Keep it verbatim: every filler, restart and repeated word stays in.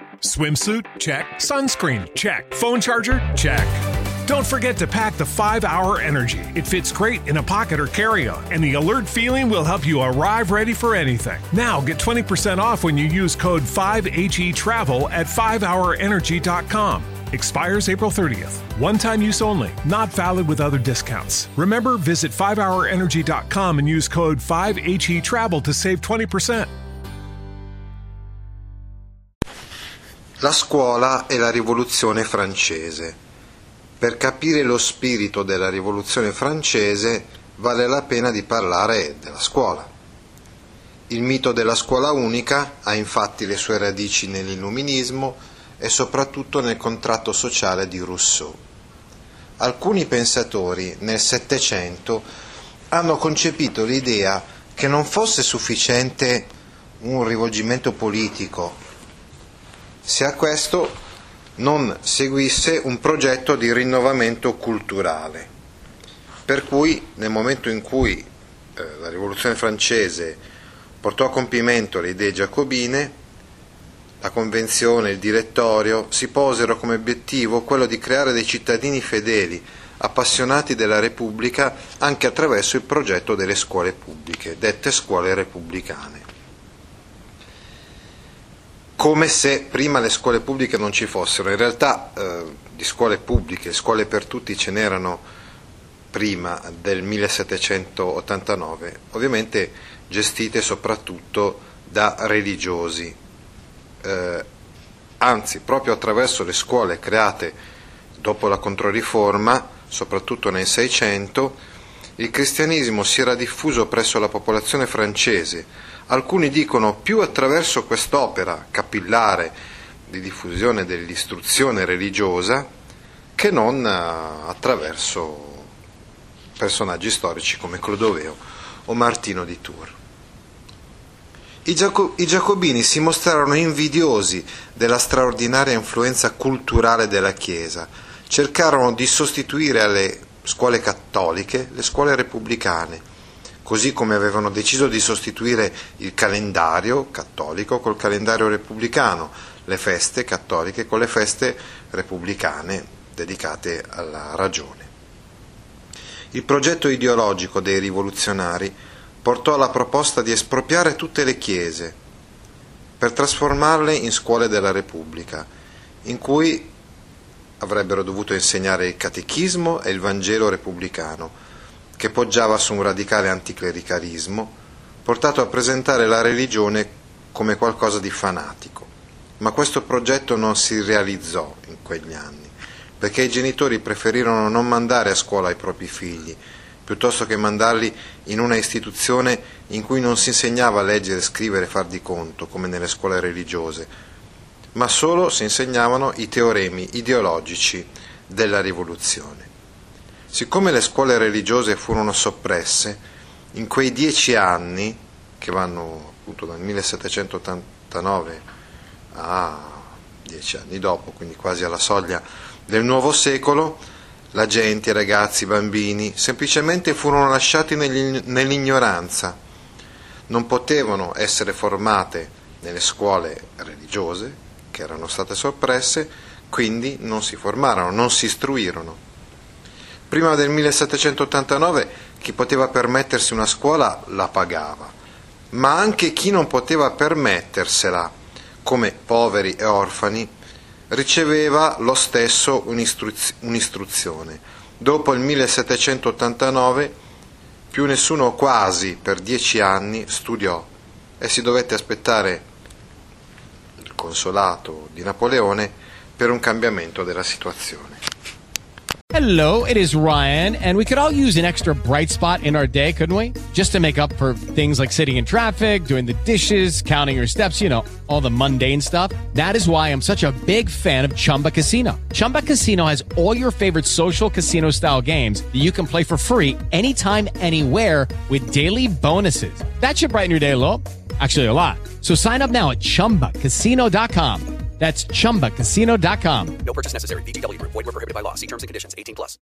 Swimsuit? Check. Sunscreen? Check. Phone charger? Check. Don't forget to pack the five hour Energy. It fits great in a pocket or carry-on, and the alert feeling will help you arrive ready for anything. Now get twenty percent off when you use code five H E travel at five hour energy dot com. Expires April thirtieth. One-time use only. Not valid with other discounts. Remember, visit five hour energy dot com and use code five H E travel to save twenty percent. La scuola e la rivoluzione francese. Per capire lo spirito della rivoluzione francese vale la pena di parlare della scuola. Il mito della scuola unica ha infatti le sue radici nell'illuminismo e soprattutto nel contratto sociale di Rousseau. Alcuni pensatori nel Settecento hanno concepito l'idea che non fosse sufficiente un rivolgimento politico se a questo non seguisse un progetto di rinnovamento culturale. Per cui nel momento in cui eh, la rivoluzione francese portò a compimento le idee giacobine, la convenzione, il direttorio si posero come obiettivo quello di creare dei cittadini fedeli, appassionati della Repubblica anche attraverso il progetto delle scuole pubbliche, dette scuole repubblicane. Come se prima le scuole pubbliche non ci fossero. In realtà eh, di scuole pubbliche, scuole per tutti ce n'erano prima del millesettecentottantanove, ovviamente gestite soprattutto da religiosi. Eh, anzi, proprio attraverso le scuole create dopo la Controriforma, soprattutto nel Seicento, il cristianesimo si era diffuso presso la popolazione francese. Alcuni dicono più attraverso quest'opera capillare di diffusione dell'istruzione religiosa che non attraverso personaggi storici come Clodoveo o Martino di Tours. I, Giaco- I giacobini si mostrarono invidiosi della straordinaria influenza culturale della Chiesa, cercarono di sostituire alle scuole cattoliche le scuole repubblicane, così come avevano deciso di sostituire il calendario cattolico col calendario repubblicano, le feste cattoliche con le feste repubblicane dedicate alla ragione. Il progetto ideologico dei rivoluzionari portò alla proposta di espropriare tutte le chiese per trasformarle in scuole della Repubblica, in cui avrebbero dovuto insegnare il catechismo e il Vangelo repubblicano, che poggiava su un radicale anticlericalismo, portato a presentare la religione come qualcosa di fanatico. Ma questo progetto non si realizzò in quegli anni, perché i genitori preferirono non mandare a scuola i propri figli, piuttosto che mandarli in una istituzione in cui non si insegnava a leggere, scrivere e far di conto, come nelle scuole religiose, ma solo si insegnavano i teoremi ideologici della rivoluzione. Siccome le scuole religiose furono soppresse, in quei dieci anni, che vanno appunto dal millesettecentottantanove a dieci anni dopo, quindi quasi alla soglia del nuovo secolo, la gente, i ragazzi, i bambini, semplicemente furono lasciati nell'ignoranza. Non potevano essere formate nelle scuole religiose, che erano state soppresse, quindi non si formarono, non si istruirono. Prima del millesettecentottantanove chi poteva permettersi una scuola la pagava, ma anche chi non poteva permettersela, come poveri e orfani, riceveva lo stesso un'istru- un'istruzione. Dopo il millesettecentottantanove più nessuno quasi per dieci anni studiò e si dovette aspettare il consolato di Napoleone per un cambiamento della situazione. Hello, it is Ryan, and we could all use an extra bright spot in our day, couldn't we? Just to make up for things like sitting in traffic, doing the dishes, counting your steps, you know, all the mundane stuff. That is why I'm such a big fan of Chumba Casino. Chumba Casino has all your favorite social casino-style games that you can play for free anytime, anywhere with daily bonuses. That should brighten your day a little. Actually, a lot. So sign up now at chumba casino dot com. That's chumba casino dot com. No purchase necessary. V G W Group. Void where prohibited by law. See terms and conditions. eighteen plus.